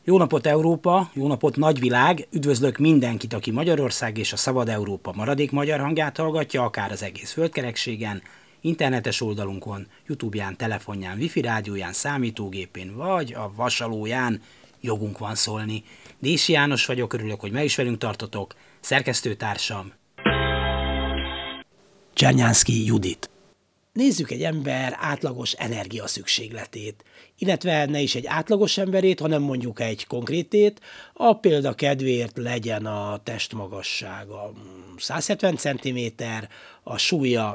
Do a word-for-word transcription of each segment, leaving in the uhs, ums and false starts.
Jó napot Európa, jó napot nagyvilág, üdvözlök mindenkit, aki Magyarország és a Szabad Európa maradék magyar hangját hallgatja, akár az egész földkerekségen, internetes oldalunkon, YouTube-ján, telefonján, wifi rádióján, számítógépén vagy a vasalóján. Jogunk van szólni. Dési János vagyok, örülök, hogy meg is velünk tartotok, szerkesztőtársam Csernyánszky Judit. Nézzük egy ember átlagos energiaszükségletét, illetve ne is egy átlagos emberét, hanem mondjuk egy konkrétét. A példa kedvéért legyen a testmagassága száz hetven centiméter, a súlya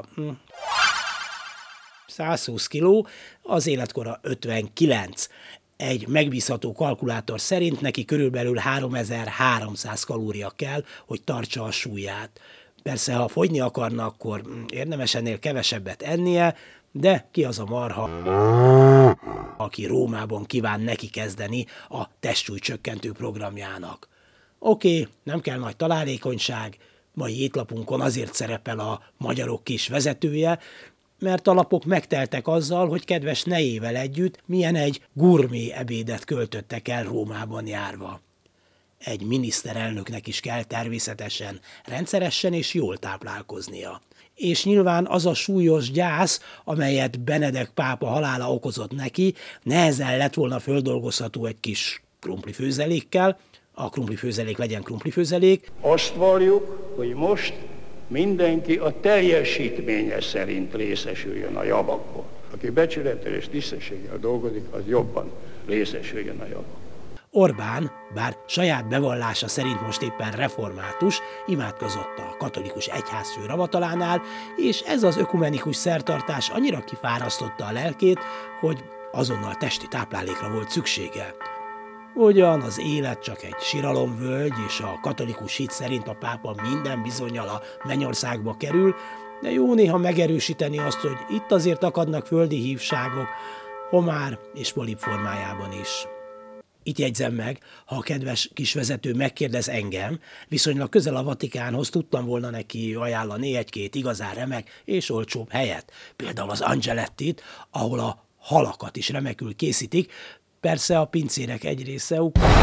száz húsz kiló, az életkora ötvenkilenc. Egy megbízható kalkulátor szerint neki körülbelül háromezer-háromszáz kalória kell, hogy tartsa a súlyát. Persze, ha fogyni akarna, akkor érdemes ennél kevesebbet ennie, de ki az a marha, aki Rómában kíván neki kezdeni a testsúlycsökkentő programjának. Oké, okay, nem kell nagy találékonyság, mai étlapunkon azért szerepel a magyarok kis vezetője, mert a lapok megteltek azzal, hogy kedves nejével együtt milyen egy gurmé ebédet költöttek el Rómában járva. Egy miniszterelnöknek is kell természetesen rendszeresen és jól táplálkoznia. És nyilván az a súlyos gyász, amelyet Benedek pápa halála okozott neki, nehezen lett volna földolgozható egy kis krumplifőzelékkel, a krumplifőzelék legyen krumplifőzelék. Azt valljuk, hogy most mindenki a teljesítménye szerint részesüljön a javakból. Aki becsülettel és tisztességgel dolgozik, az jobban részesüljön a javakból. Orbán, bár saját bevallása szerint most éppen református, imádkozott a katolikus egyházfő ravatalánál, és ez az ökumenikus szertartás annyira kifárasztotta a lelkét, hogy azonnal testi táplálékra volt szüksége. Ugyan az élet csak egy siralomvölgy, és a katolikus hit szerint a pápa minden bizonnyal a mennyországba kerül, de jó néha megerősíteni azt, hogy itt azért akadnak földi hívságok, homár és polip formájában is. Itt jegyzem meg, ha a kedves kisvezető megkérdez engem, viszonylag közel a Vatikánhoz tudtam volna neki ajánlani egy-két igazán remek és olcsóbb helyet. Például az Angelettit, ahol a halakat is remekül készítik. Persze a pincérek egy része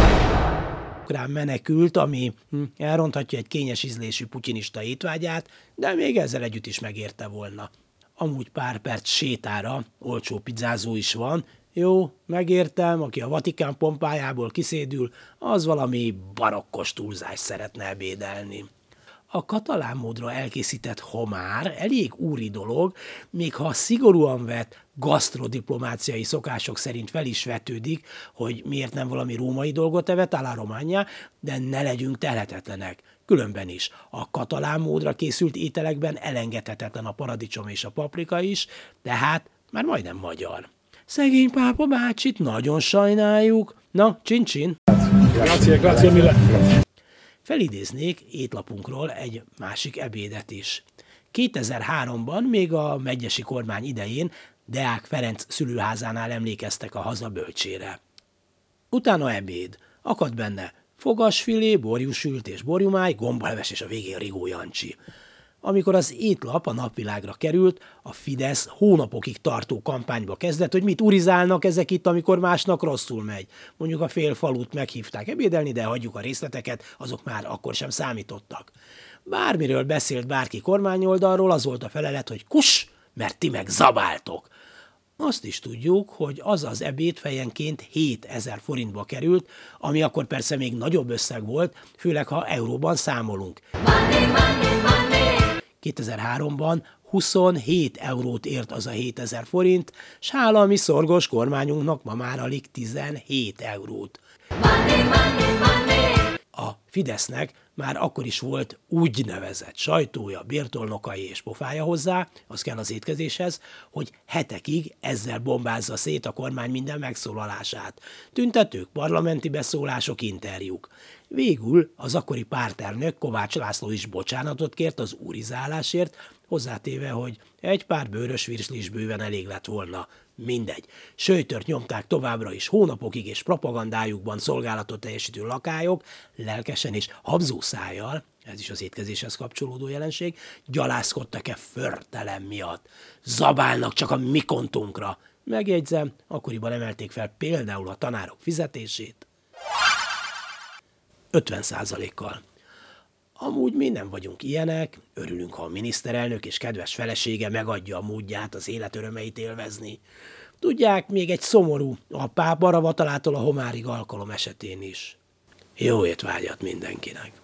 ukrán menekült, ami elronthatja egy kényes ízlésű putyinista étvágyát, de még ezzel együtt is megérte volna. Amúgy pár perc sétára olcsó pizzázó is van. Jó, megértem, aki a Vatikán pompájából kiszédül, az valami barokkos túlzás szeretne ebédelni. A katalán módra elkészített homár elég úri dolog, még ha szigorúan vett gasztrodiplomáciai szokások szerint fel is vetődik, hogy miért nem valami római dolgot evett, à la Romagna, de ne legyünk telhetetlenek. Különben is. A katalán módra készült ételekben elengedhetetlen a paradicsom és a paprika is, tehát már majdnem magyar. Szegény pápa bácsit nagyon sajnáljuk. Na, csin-csin. Grazie, grazie mille. Felidéznék étlapunkról egy másik ebédet is. kétezer-háromban még a megyesi kormány idején Deák Ferenc szülőházánál emlékeztek a hazabölcsére. Utána ebéd. Akad benne fogasfilé, borjúsült és borjumáj, gombalves és a végén Rigó Jancsi. Amikor az étlap a napvilágra került, a Fidesz hónapokig tartó kampányba kezdett, hogy mit urizálnak ezek itt, amikor másnak rosszul megy. Mondjuk a fél falut meghívták ebédelni, de hagyjuk a részleteket, azok már akkor sem számítottak. Bármiről beszélt bárki kormányoldalról, az volt a felelet, hogy kus, mert ti meg zabáltok. Azt is tudjuk, hogy az az ebéd fejenként hétezer forintba került, ami akkor persze még nagyobb összeg volt, főleg ha euróban számolunk. Money, money, money. kétezer-háromban huszonhét eurót ért az a hétezer forint, s hála a mi szorgos kormányunknak ma már alig tizenhét eurót. Money, money, money. A Fidesznek már akkor is volt úgynevezett sajtója, birtolnokai és pofája hozzá, az kell az étkezéshez, hogy hetekig ezzel bombázza szét a kormány minden megszólalását. Tüntetők, parlamenti beszólások, interjúk. Végül az akkori pártelnök Kovács László is bocsánatot kért az úrizálásért, hozzátéve, hogy egy pár bőrös virsli is bőven elég lett volna. Mindegy. Söjtört nyomták továbbra is hónapokig, és propagandájukban szolgálatot teljesítő lakályok lelkesen és habzószájjal, ez is az étkezéshez kapcsolódó jelenség, gyalászkodtak-e förtelem miatt. Zabálnak csak a mi kontunkra. Megjegyzem, akkoriban emelték fel például a tanárok fizetését. ötven százalékkal. Amúgy mi nem vagyunk ilyenek, örülünk, ha a miniszterelnök és kedves felesége megadja a módját az élet örömeit élvezni. Tudják, még egy szomorú, a pápa ravatalától a homárig alkalom esetén is. Jó étvágyat mindenkinek!